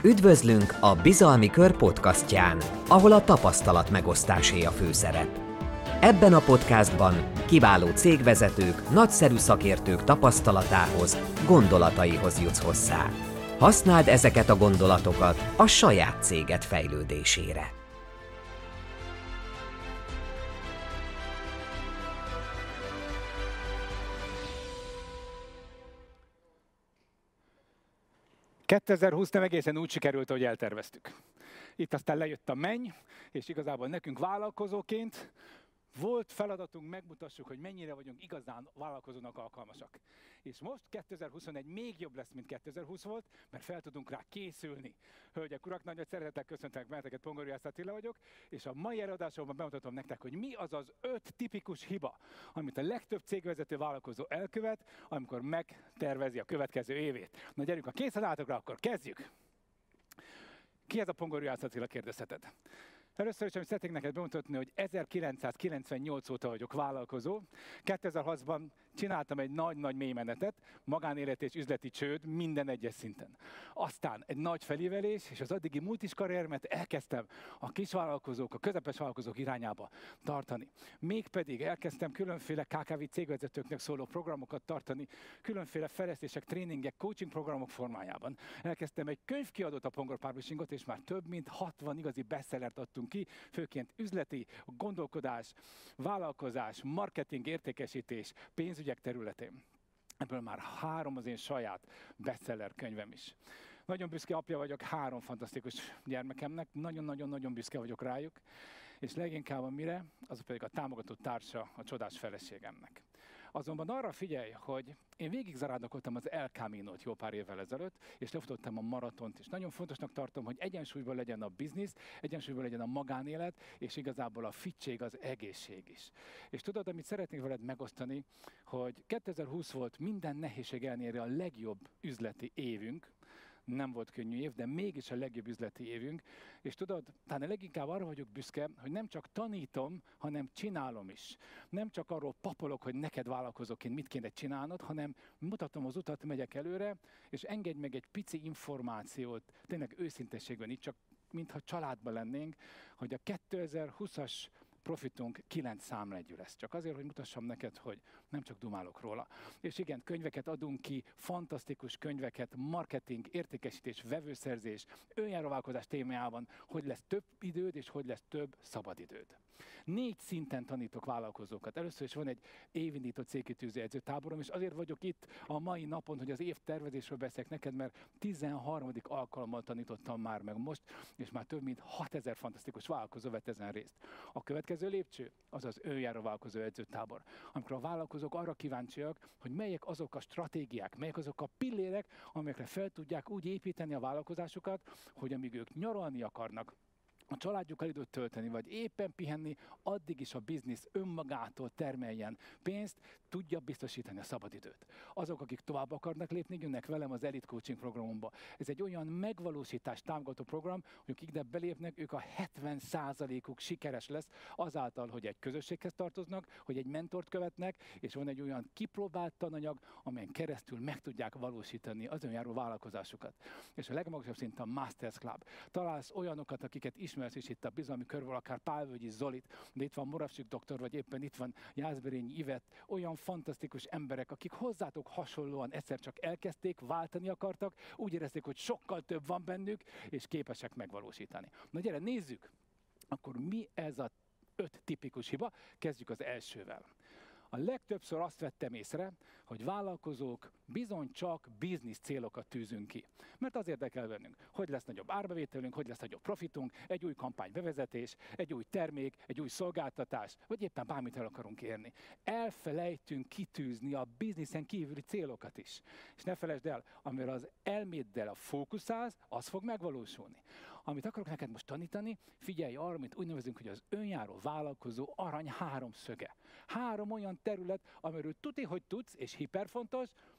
Üdvözlünk a Bizalmi Kör podcastján, ahol a tapasztalat megosztásé a főszerep. Ebben a podcastban kiváló cégvezetők, nagyszerű szakértők tapasztalatához, gondolataihoz jutsz hozzá. Használd ezeket a gondolatokat a saját céged fejlődésére. ...2020 nem egészen úgy sikerült, ahogy elterveztük. Itt aztán lejött a menny, és igazából nekünk vállalkozóként volt feladatunk, megmutassuk, hogy mennyire vagyunk igazán vállalkozónak alkalmasak. És most 2021 még jobb lesz, mint 2020 volt, mert fel tudunk rá készülni. Hölgyek, urak, nagy szeretettel köszöntelek benneteket, Pongoriász Attila vagyok, és a mai előadásomban bemutatom nektek, hogy mi az az 5 tipikus hiba, amit a legtöbb cégvezető vállalkozó elkövet, amikor megtervezi a következő évét. Na gyerünk, ha készen álltok rá, akkor kezdjük! Ki ez a Pongoriász Attila, kérdezheted? Először is, amit szeretnék neked bemutatni, hogy 1998 óta vagyok vállalkozó. 2006-ban csináltam egy nagy mélymenetet, magánélet és üzleti csőd minden egyes szinten. Aztán egy nagy felívelés, és az addigi multis karrieremet elkezdtem a kisvállalkozók, a közepes vállalkozók irányába tartani. Mégpedig elkezdtem különféle KKV cégvezetőknek szóló programokat tartani, különféle fejlesztések, tréningek, coaching programok formájában. Elkezdtem egy könyvkiadót, a Pongor Publishingot, és már több mint 60 igazi bestsellert adtunk ki, főként üzleti, gondolkodás, vállalkozás, marketing, értékesítés, pénzügyek területén. Ebből már 3 az én saját bestseller könyvem is. Nagyon büszke apja vagyok 3 fantasztikus gyermekemnek, nagyon büszke vagyok rájuk, és leginkább mire, az pedig a támogató társa, a csodás feleségemnek. Azonban arra figyelj, hogy én végig zarándokoltam az El Camino-t jó pár évvel ezelőtt, és lefutottam a maratont is. Nagyon fontosnak tartom, hogy egyensúlyban legyen a biznisz, egyensúlyban legyen a magánélet, és igazából a fittség, az egészség is. És tudod, amit szeretnék veled megosztani, hogy 2020 volt minden nehézség ellenére a legjobb üzleti évünk, nem volt könnyű év, de mégis a legjobb üzleti évünk. És tudod, talán leginkább arra vagyok büszke, hogy nem csak tanítom, hanem csinálom is. Nem csak arról papolok, hogy neked vállalkozóként mit kéne csinálnod, hanem mutatom az utat, megyek előre, és engedj meg egy pici információt, tényleg őszintességben itt, csak mintha családban lennénk, hogy a 2020-as profitunk 9 számjegyű lesz. Csak azért, hogy mutassam neked, hogy nem csak dumálok róla. És igen, könyveket adunk ki, fantasztikus könyveket, marketing, értékesítés, vevőszerzés, önjáróvállalkozás témájában, hogy lesz több időd, és hogy lesz több szabadidőd. 4 szinten tanítok vállalkozókat. Először is van egy évindító cégkitűző edzőtáborom, és azért vagyok itt a mai napon, hogy az év tervezésről beszélek neked, mert 13. alkalommal tanítottam már meg most, és már több mint 6000 fantasztikus vállalkozó vett ezen részt. A következő lépcső az az önjáró vállalkozó edzőtábor, amikor a vállalkozók arra kíváncsiak, hogy melyek azok a stratégiák, melyek azok a pillérek, amelyekre fel tudják úgy építeni a vállalkozásukat, hogy amíg ők nyaralni akarnak, a családjukkal időt tölteni, vagy éppen pihenni, addig is a biznisz önmagától termeljen pénzt, tudja biztosítani a szabadidőt. Azok, akik tovább akarnak lépni, jönnek velem az Elite Coaching programomba. Ez egy olyan megvalósítás támogató program, hogy akik ide belépnek, ők a 70%-uk sikeres lesz azáltal, hogy egy közösséghez tartoznak, hogy egy mentort követnek, és van egy olyan kipróbált tananyag, amelyen keresztül meg tudják valósítani az önjáró vállalkozásukat. És a legmagasabb szint a Masters Club. Találsz olyanokat, akiket ismersz is itt a Bizalmi Körból, akár Pálvölgyi Zolit, de itt van Moravcsik doktor, vagy éppen itt van Jászberényi Ivett, olyan fantasztikus emberek, akik hozzátok hasonlóan egyszer csak elkezdték, váltani akartak, úgy érezték, hogy sokkal több van bennük, és képesek megvalósítani. Na gyere, nézzük! Akkor mi ez a 5 tipikus hiba? Kezdjük az elsővel. A legtöbbször azt vettem észre, hogy vállalkozók bizony csak biznisz célokat tűzünk ki. Mert az érdekel bennünk, hogy lesz nagyobb árbevételünk, hogy lesz nagyobb profitunk, egy új kampánybevezetés, egy új termék, egy új szolgáltatás, vagy éppen bármit el akarunk érni. Elfelejtünk kitűzni a bizniszen kívüli célokat is. És ne felejtsd el, amire az elméddel a fókuszálsz, az fog megvalósulni. Amit akarok neked most tanítani, figyelj arra, amit úgy nevezünk, hogy az önjáró vállalkozó arany 3 szöge. 3 olyan terület, amiről tuti, hogy tudsz, és hiperfontos,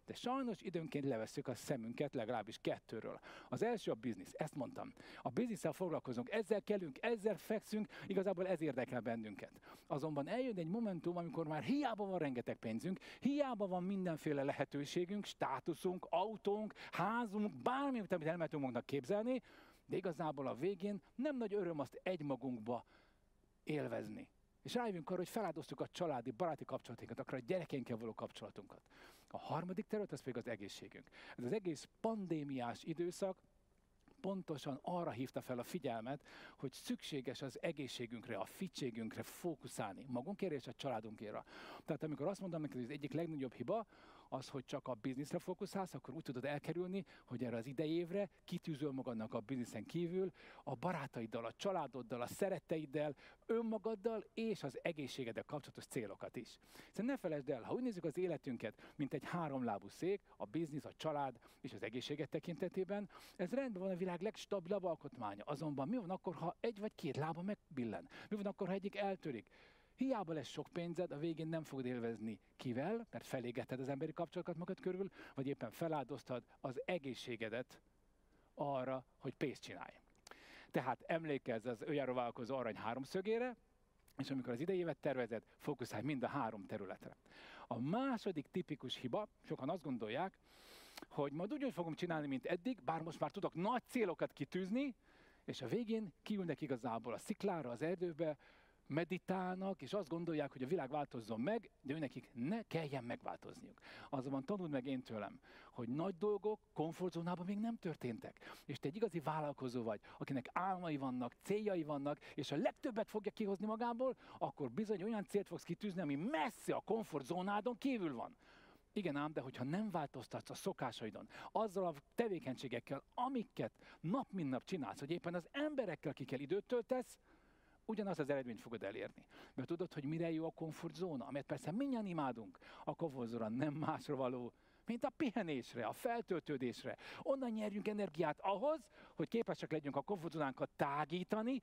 de sajnos időnként levesszük a szemünket legalábbis kettőről. Az első a biznisz, ezt mondtam. A bizniszsel foglalkozunk, ezzel kelünk, ezzel fekszünk, igazából ez érdekel bennünket. Azonban eljön egy momentum, amikor már hiába van rengeteg pénzünk, hiába van mindenféle lehetőségünk, státuszunk, autónk, házunk, bármi, amit el tudunk magunknak képzelni, de igazából a végén nem nagy öröm azt egymagunkba élvezni. És rájövünk arra, hogy feláldoztuk a családi, baráti kapcsolatunkat, akár a gyerekeinkkel való kapcsolatunkat. A harmadik terület, az pedig az egészségünk. Ez az egész pandémiás időszak pontosan arra hívta fel a figyelmet, hogy szükséges az egészségünkre, a fitségünkre fókuszálni, magunkért és a családunkért. Tehát amikor azt mondom neked, hogy az egyik legnagyobb hiba, az, hogy csak a bizniszre fókuszálsz, akkor úgy tudod elkerülni, hogy erre az idei évre kitűzöl magadnak a bizniszen kívül a barátaiddal, a családoddal, a szeretteiddel, önmagaddal és az egészségeddel kapcsolatos célokat is. Szóval ne felejtsd el, ha úgy nézzük az életünket, mint egy háromlábú szék, a biznisz, a család és az egészséget tekintetében, ez rendben van a világ legstabilabb alkotmánya. Azonban mi van akkor, ha egy vagy két lába megbillen? Mi van akkor, ha egyik eltörik? Hiába lesz sok pénzed, a végén nem fogod élvezni kivel, mert felégetted az emberi kapcsolatokat magad körül, vagy éppen feláldoztad az egészségedet arra, hogy pénzt csinálj. Tehát emlékezz az önjáró vállalkozó arany háromszögére, és amikor az idei évet tervezed, fókuszálj mind a három területre. A második tipikus hiba, sokan azt gondolják, hogy majd úgy fogom csinálni, mint eddig, bár most már tudok nagy célokat kitűzni, és a végén kiülnek igazából a sziklára, az erdőbe, meditálnak, és azt gondolják, hogy a világ változzon meg, de őnekik ne kelljen megváltozniuk. Azonban tanuld meg én tőlem, hogy nagy dolgok komfortzónában még nem történtek. És te egy igazi vállalkozó vagy, akinek álmai vannak, céljai vannak, és a legtöbbet fogja kihozni magából, akkor bizony olyan célt fogsz kitűzni, ami messze a komfortzónádon kívül van. Igen ám, de hogyha nem változtatsz a szokásaidon, azzal a tevékenységekkel, amiket nap mint nap csinálsz, hogy éppen az emberekkel, akikkel időt töltesz, ugyanazt az eredményt fogod elérni. Mert tudod, hogy mire jó a komfortzóna, amelyet persze mindjárt imádunk. A komfortzóna nem másra való, mint a pihenésre, a feltöltődésre. Onnan nyerjünk energiát ahhoz, hogy képesek legyünk a komfortzónánkat tágítani,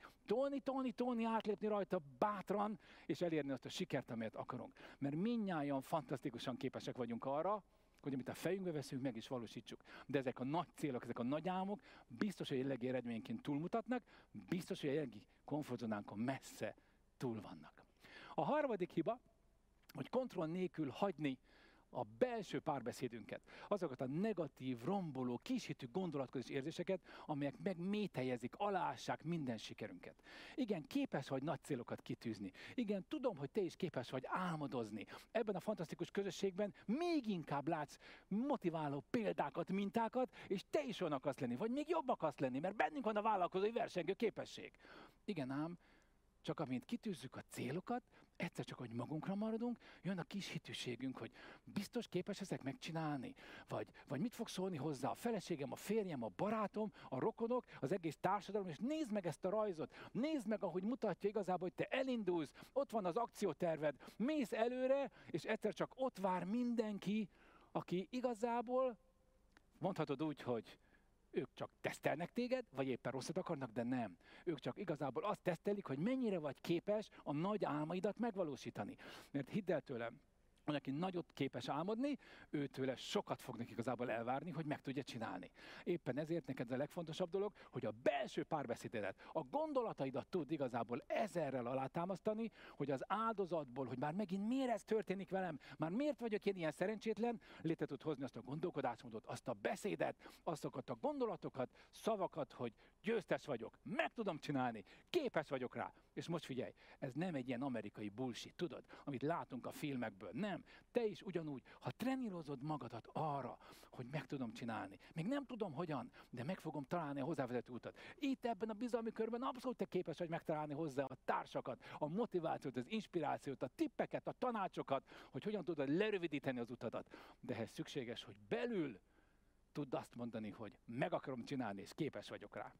tolni, átlépni rajta bátran, és elérni azt a sikert, amelyet akarunk. Mert mindnyájan fantasztikusan képesek vagyunk arra, hogy amit a fejünkbe veszünk, meg is valósítsuk. De ezek a nagy célok, ezek a nagy álmok biztos, hogy jelenlegi eredményként túlmutatnak, biztos, hogy a jelenlegi komfortzónánkon messze túl vannak. A harmadik hiba, hogy kontroll nélkül hagyni a belső párbeszédünket, azokat a negatív, romboló, kishitű gondolatkozás érzéseket, amelyek megmételjezik, aláássák minden sikerünket. Igen, képes vagy nagy célokat kitűzni. Igen, tudom, hogy te is képes vagy álmodozni. Ebben a fantasztikus közösségben még inkább látsz motiváló példákat, mintákat, és te is olyan akarsz lenni, vagy még jobb akarsz lenni, mert bennünk van a vállalkozói versengő képesség. Igen ám, csak amint kitűzzük a célokat, egyszer csak, hogy magunkra maradunk, jön a kis hitűségünk, hogy biztos képes ezek megcsinálni, vagy mit fog szólni hozzá a feleségem, a férjem, a barátom, a rokonok, az egész társadalom, és nézd meg ezt a rajzot, nézd meg, ahogy mutatja igazából, hogy te elindulsz, ott van az akcióterved, mész előre, és egyszer csak ott vár mindenki, aki igazából, mondhatod úgy, hogy ők csak tesztelnek téged, vagy éppen rosszat akarnak, de nem. Ők csak igazából azt tesztelik, hogy mennyire vagy képes a nagy álmaidat megvalósítani. Mert hidd el tőlem, aki nagyot képes álmodni, őtőle sokat fognak igazából elvárni, hogy meg tudja csinálni. Éppen ezért neked ez a legfontosabb dolog, hogy a belső párbeszédedet, a gondolataidat tud igazából ezerrel alátámasztani, hogy az áldozatból, hogy már megint miért ez történik velem, már miért vagyok én ilyen szerencsétlen, létre tud hozni azt a gondolkodásmódot, azt a beszédet, azokat a gondolatokat, szavakat, hogy győztes vagyok, meg tudom csinálni, képes vagyok rá. És most figyelj, ez nem egy ilyen amerikai bullshit, tudod, amit látunk a filmekből, nem. Te is ugyanúgy, ha trenírozod magadat arra, hogy meg tudom csinálni, még nem tudom hogyan, de meg fogom találni a hozzávezető utat. Itt ebben a bizalmi körben abszolút te képes vagy megtalálni hozzá a társakat, a motivációt, az inspirációt, a tippeket, a tanácsokat, hogy hogyan tudod lerövidíteni az utadat. De ehhez szükséges, hogy belül tudd azt mondani, hogy meg akarom csinálni, és képes vagyok rá.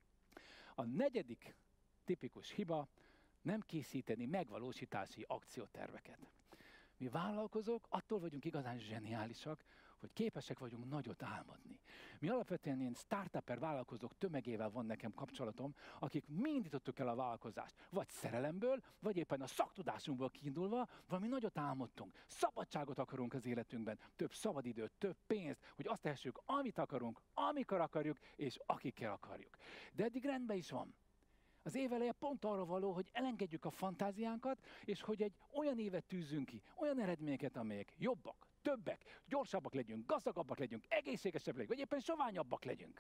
A negyedik tipikus hiba, nem készíteni megvalósítási akcióterveket. Mi vállalkozók attól vagyunk igazán zseniálisak, hogy képesek vagyunk nagyot álmodni. Mi alapvetően ilyen startupper vállalkozók tömegével van nekem kapcsolatom, akik mi indítottuk el a vállalkozást. Vagy szerelemből, vagy éppen a szaktudásunkból kiindulva, valami nagyot álmodtunk. Szabadságot akarunk az életünkben, több szabadidőt, több pénzt, hogy azt tehessük, amit akarunk, amikor akarjuk, és akikkel akarjuk. De eddig rendben is van. Az év eleje pont arra való, hogy elengedjük a fantáziánkat, és hogy egy olyan évet tűzünk ki, olyan eredményeket, amelyek jobbak, többek, gyorsabbak legyünk, gazdagabbak legyünk, egészségesebbek legyünk, vagy éppen soványabbak legyünk.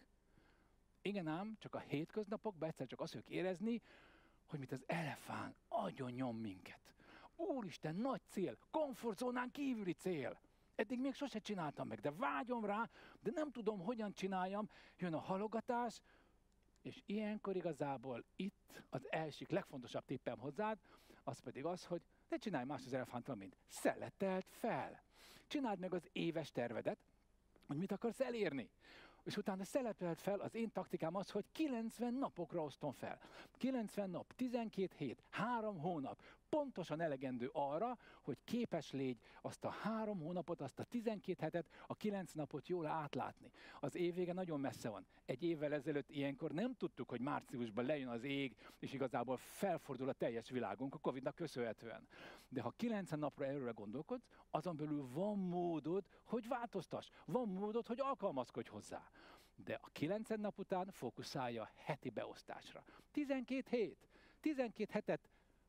Igen ám, csak a hétköznapokban egyszer csak azt fogjuk érezni, hogy mint az elefánt agyon nyom minket. Úristen, nagy cél, komfortzónán kívüli cél. Eddig még sose csináltam meg, de vágyom rá, de nem tudom, hogyan csináljam. Jön a halogatás, és ilyenkor igazából itt az első legfontosabb tippem hozzád, az pedig az, hogy ne csinálj más az elefánttal, mint szeleteld fel. Csináld meg az éves tervedet, hogy mit akarsz elérni. És utána szeleteld fel, az én taktikám az, hogy 90 napokra osztom fel. 90 nap, 12 hét, 3 hónap, pontosan elegendő arra, hogy képes légy azt a 3 hónapot, azt a 12 hetet, a 9 napot jól átlátni. Az év vége nagyon messze van. Egy évvel ezelőtt ilyenkor nem tudtuk, hogy márciusban lejön az ég, és igazából felfordul a teljes világunk a Covid-nak köszönhetően. De ha 90 napra előre gondolkodsz, azon belül van módod, hogy változtass. Van módod, hogy alkalmazkodj hozzá. De a 90 nap után fókuszálja a heti beosztásra. 12 hét. 12 hetet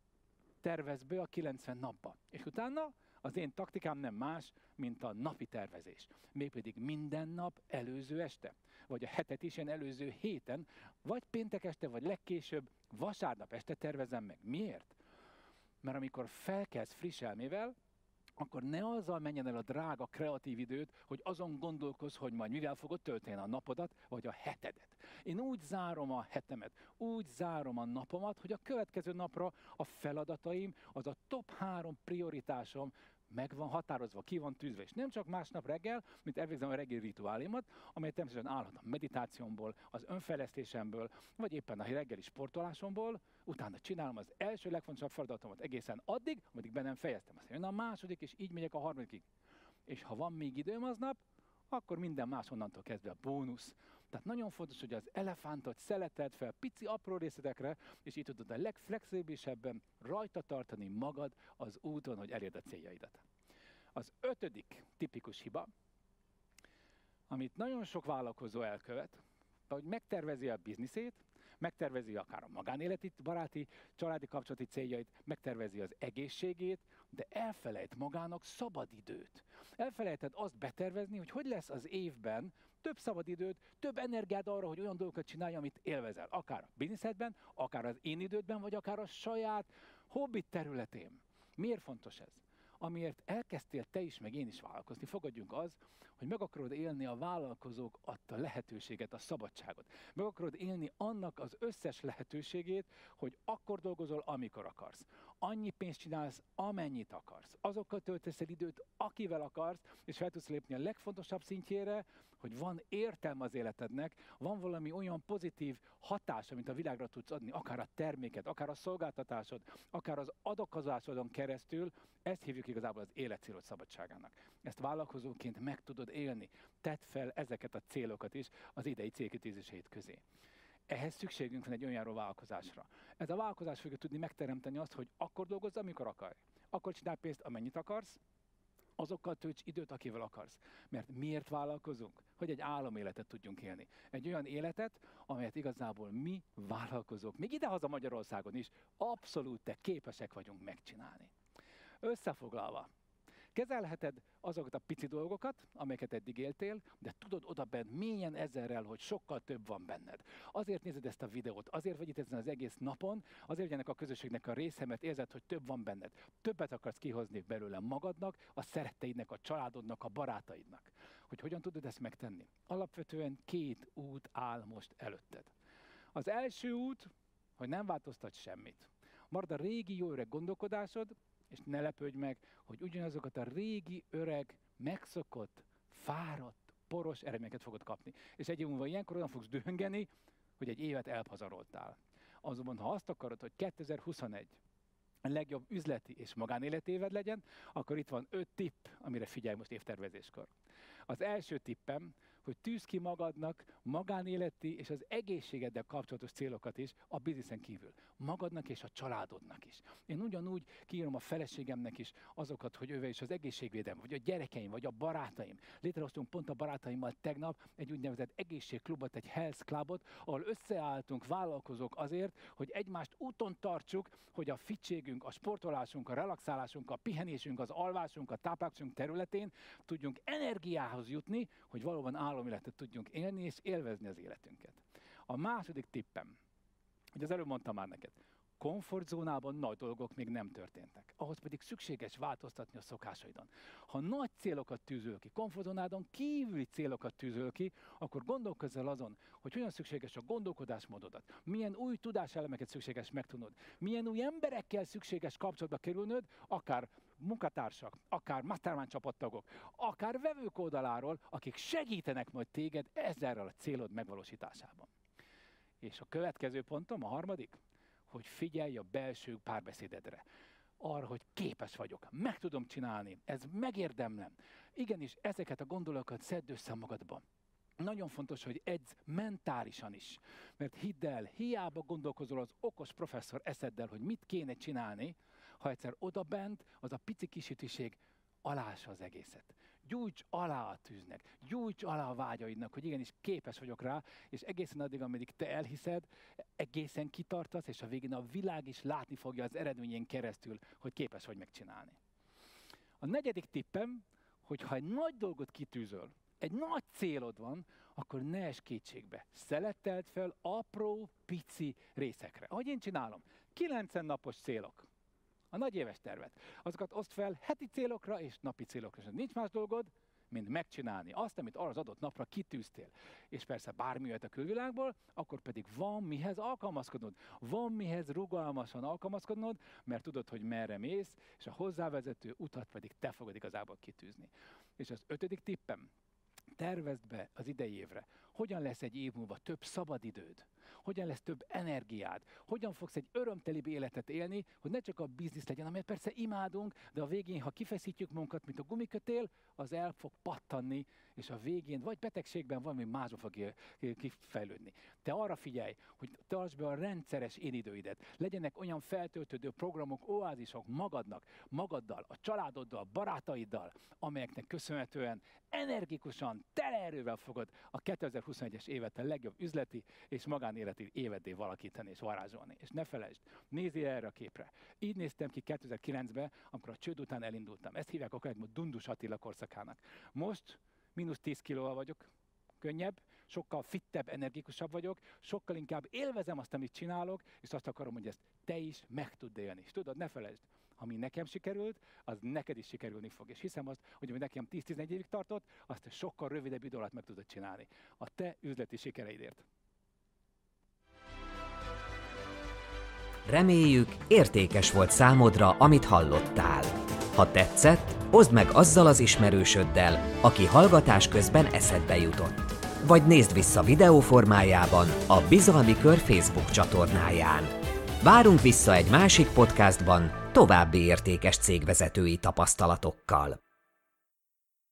tervez be a 90 napba. És utána az én taktikám nem más, mint a napi tervezés. Mégpedig minden nap előző este. Vagy a hetet is ilyen előző héten, vagy péntek este, vagy legkésőbb vasárnap este tervezem meg. Miért? Mert amikor felkelsz friss elmével, akkor ne azzal menjen el a drága kreatív időt, hogy azon gondolkozz, hogy majd mivel fogod tölteni a napodat, vagy a hetedet. Én úgy zárom a hetemet, úgy zárom a napomat, hogy a következő napra a feladataim, az a top 3 prioritásom meg van határozva, ki van tűzve. És nem csak másnap reggel, mint elvégzem a reggeli rituálimat, amely természetesen állhat a meditációmból, az önfejlesztésemből, vagy éppen a reggeli sportolásomból, utána csinálom az első legfontosabb feladatomat egészen addig, ameddig be nem fejeztem. Aztán jön a második, és így megyek a harmadikig. És ha van még időm aznap, akkor minden más onnantól kezdve a bónusz. Tehát nagyon fontos, hogy az elefántot szeleteld fel pici apró részletekre, és így tudod a legflexibilisebben rajta tartani magad az úton, hogy elérd a céljaidat. Az 5. tipikus hiba, amit nagyon sok vállalkozó elkövet, hogy megtervezi a bizniszét, megtervezi akár a magánéleti, baráti, családi kapcsolati céljait, megtervezi az egészségét, de elfelejt magának szabadidőt. Elfelejted azt betervezni, hogy lesz az évben több szabadidőd, több energiád arra, hogy olyan dolgokat csinálj, amit élvezel. Akár a bizniszedben, akár az én idődben, vagy akár a saját hobbit területén. Miért fontos ez? Amiért elkezdtél te is, meg én is vállalkozni, fogadjunk az, hogy meg akarod élni a vállalkozók adta lehetőséget, a szabadságot. Meg akarod élni annak az összes lehetőségét, hogy akkor dolgozol, amikor akarsz. Annyi pénzt csinálsz, amennyit akarsz. Azokkal töltesz el időt, akivel akarsz, és fel tudsz lépni a legfontosabb szintjére, hogy van értelme az életednek, van valami olyan pozitív hatás, amit a világra tudsz adni, akár a terméked, akár a szolgáltatásod, akár az adakozásodon keresztül, ezt hívjuk igazából az életcélod szabadságának. Ezt vállalkozóként meg tudod élni. Tedd fel ezeket a célokat is az idei célkitűzéseid közé. Ehhez szükségünk van egy önjáró vállalkozásra. Ez a vállalkozás fogja tudni megteremteni azt, hogy akkor dolgozz, amikor akarj. Akkor csinálj pénzt, amennyit akarsz, azokkal tölts időt, akivel akarsz. Mert miért vállalkozunk? Hogy egy áloméletet tudjunk élni. Egy olyan életet, amelyet igazából mi vállalkozók, még idehaza Magyarországon is, abszolút képesek vagyunk megcsinálni. Összefoglalva, kezelheted azokat a pici dolgokat, amelyeket eddig éltél, de tudod oda bent mélyen ezerrel, hogy sokkal több van benned. Azért nézed ezt a videót, azért vagy itt ezen az egész napon, azért vagy ennek a közösségnek a része, mert érzed, hogy több van benned. Többet akarsz kihozni belőle magadnak, a szeretteidnek, a családodnak, a barátaidnak. Hogy hogyan tudod ezt megtenni? Alapvetően 2 út áll most előtted. Az első út, hogy nem változtatsz semmit. Marad a régi jó öreg gondolkodásod, és ne lepődj meg, hogy ugyanazokat a régi, öreg, megszokott, fáradt, poros eredményeket fogod kapni. És egy év múlva ilyenkor olyan fogsz dühöngeni, hogy egy évet elpazaroltál. Azonban, ha azt akarod, hogy 2021 a legjobb üzleti és magánéletéved legyen, akkor itt van 5 tipp, amire figyelj most évtervezéskor. Az első tippem, hogy tűzd ki magadnak magánéleti és az egészségeddel kapcsolatos célokat is a bizniszen kívül. Magadnak és a családodnak is. Én ugyanúgy kiírom a feleségemnek is azokat, hogy ővel is az egészségvédelem, vagy a gyerekeim, vagy a barátaim. Létrehoztunk pont a barátaimmal tegnap egy úgynevezett egészségklubot, egy health clubot, ahol összeálltunk vállalkozók azért, hogy egymást úton tartsuk, hogy a fittségünk, a sportolásunk, a relaxálásunk, a pihenésünk, az alvásunk, a táplálkozásunk területén tudjunk energiához jutni, hogy valóban áloméletet tudjunk élni és élvezni az életünket. A második tippem, hogy az előbb mondtam már neked, komfortzónában nagy dolgok még nem történtek. Ahhoz pedig szükséges változtatni a szokásaidon. Ha nagy célokat tűzöl ki, komfortzónádon kívüli célokat tűzöl ki, akkor gondolkozz el azon, hogy hogyan szükséges a gondolkodásmódodat, milyen új tudáselemeket szükséges megtudnod, milyen új emberekkel szükséges kapcsolatba kerülnöd, akár munkatársak, akár mastermind csapattagok, akár vevők oldaláról, akik segítenek majd téged ezzel a célod megvalósításában. És a következő pontom, a harmadik, hogy figyelj a belső párbeszédedre. Arra, hogy képes vagyok, meg tudom csinálni, ez megérdemlem. Igenis, ezeket a gondolatokat szedd össze magadban. Nagyon fontos, hogy edz mentálisan is. Mert hidd el, hiába gondolkozol az okos professzor eszeddel, hogy mit kéne csinálni, ha egyszer odabent, az a pici kisütiség alássa az egészet. Gyújts alá a tűznek, gyújts alá a vágyaidnak, hogy igenis képes vagyok rá, és egészen addig, ameddig te elhiszed, egészen kitartasz, és a végén a világ is látni fogja az eredményén keresztül, hogy képes vagy megcsinálni. A negyedik tippem, hogy ha egy nagy dolgot kitűzöl, egy nagy célod van, akkor ne esd kétségbe. Szeletteld fel apró, pici részekre. Ahogy én csinálom, 90 napos célok. A nagy éves tervet. Azokat oszd fel heti célokra és napi célokra. Nincs más dolgod, mint megcsinálni azt, amit arra az adott napra kitűztél. És persze bármi jött a külvilágból, akkor pedig van mihez alkalmazkodnod. Van mihez rugalmasan alkalmazkodnod, mert tudod, hogy merre mész, és a hozzávezető utat pedig te fogod igazából kitűzni. És az ötödik tippem, tervezd be az idei évre, hogyan lesz egy év múlva több szabadidőd, hogyan lesz több energiád, hogyan fogsz egy örömtelibb életet élni, hogy ne csak a biznisz legyen, amelyet persze imádunk, de a végén, ha kifeszítjük magunkat, mint a gumikötél, az el fog pattanni, és a végén vagy betegségben valami másba fog kifejlődni. Te arra figyelj, hogy tartsd be a rendszeres énidőidet. Legyenek olyan feltöltődő programok, oázisok magaddal, a családoddal, barátaiddal, amelyeknek köszönhetően energikusan, tele erővel fogod a 2021-es évet a legjobb üzleti és magánéleti éveddé alakítani és varázsolni. És ne felejtsd, nézzél erre a képre. Így néztem ki 2009-ben, amikor a csőd után elindultam. Ezt hívják akkor egy Dundus Attila korszakának. Most -10 kilóval vagyok, könnyebb, sokkal fittebb, energikusabb vagyok, sokkal inkább élvezem azt, amit csinálok, és azt akarom, hogy ezt te is meg tudd élni. És tudod, ne felejtsd, ami nekem sikerült, az neked is sikerülni fog. És hiszem azt, hogy ami nekem 10-11 évig tartott, azt sokkal rövidebb idő alatt meg tudod csinálni. A te üzleti sikereidért. Reméljük, értékes volt számodra, amit hallottál. Ha tetszett, oszd meg azzal az ismerősöddel, aki hallgatás közben eszedbe jutott. Vagy nézd vissza videó formájában a Bizalmi Kör Facebook csatornáján. Várunk vissza egy másik podcastban további értékes cégvezetői tapasztalatokkal.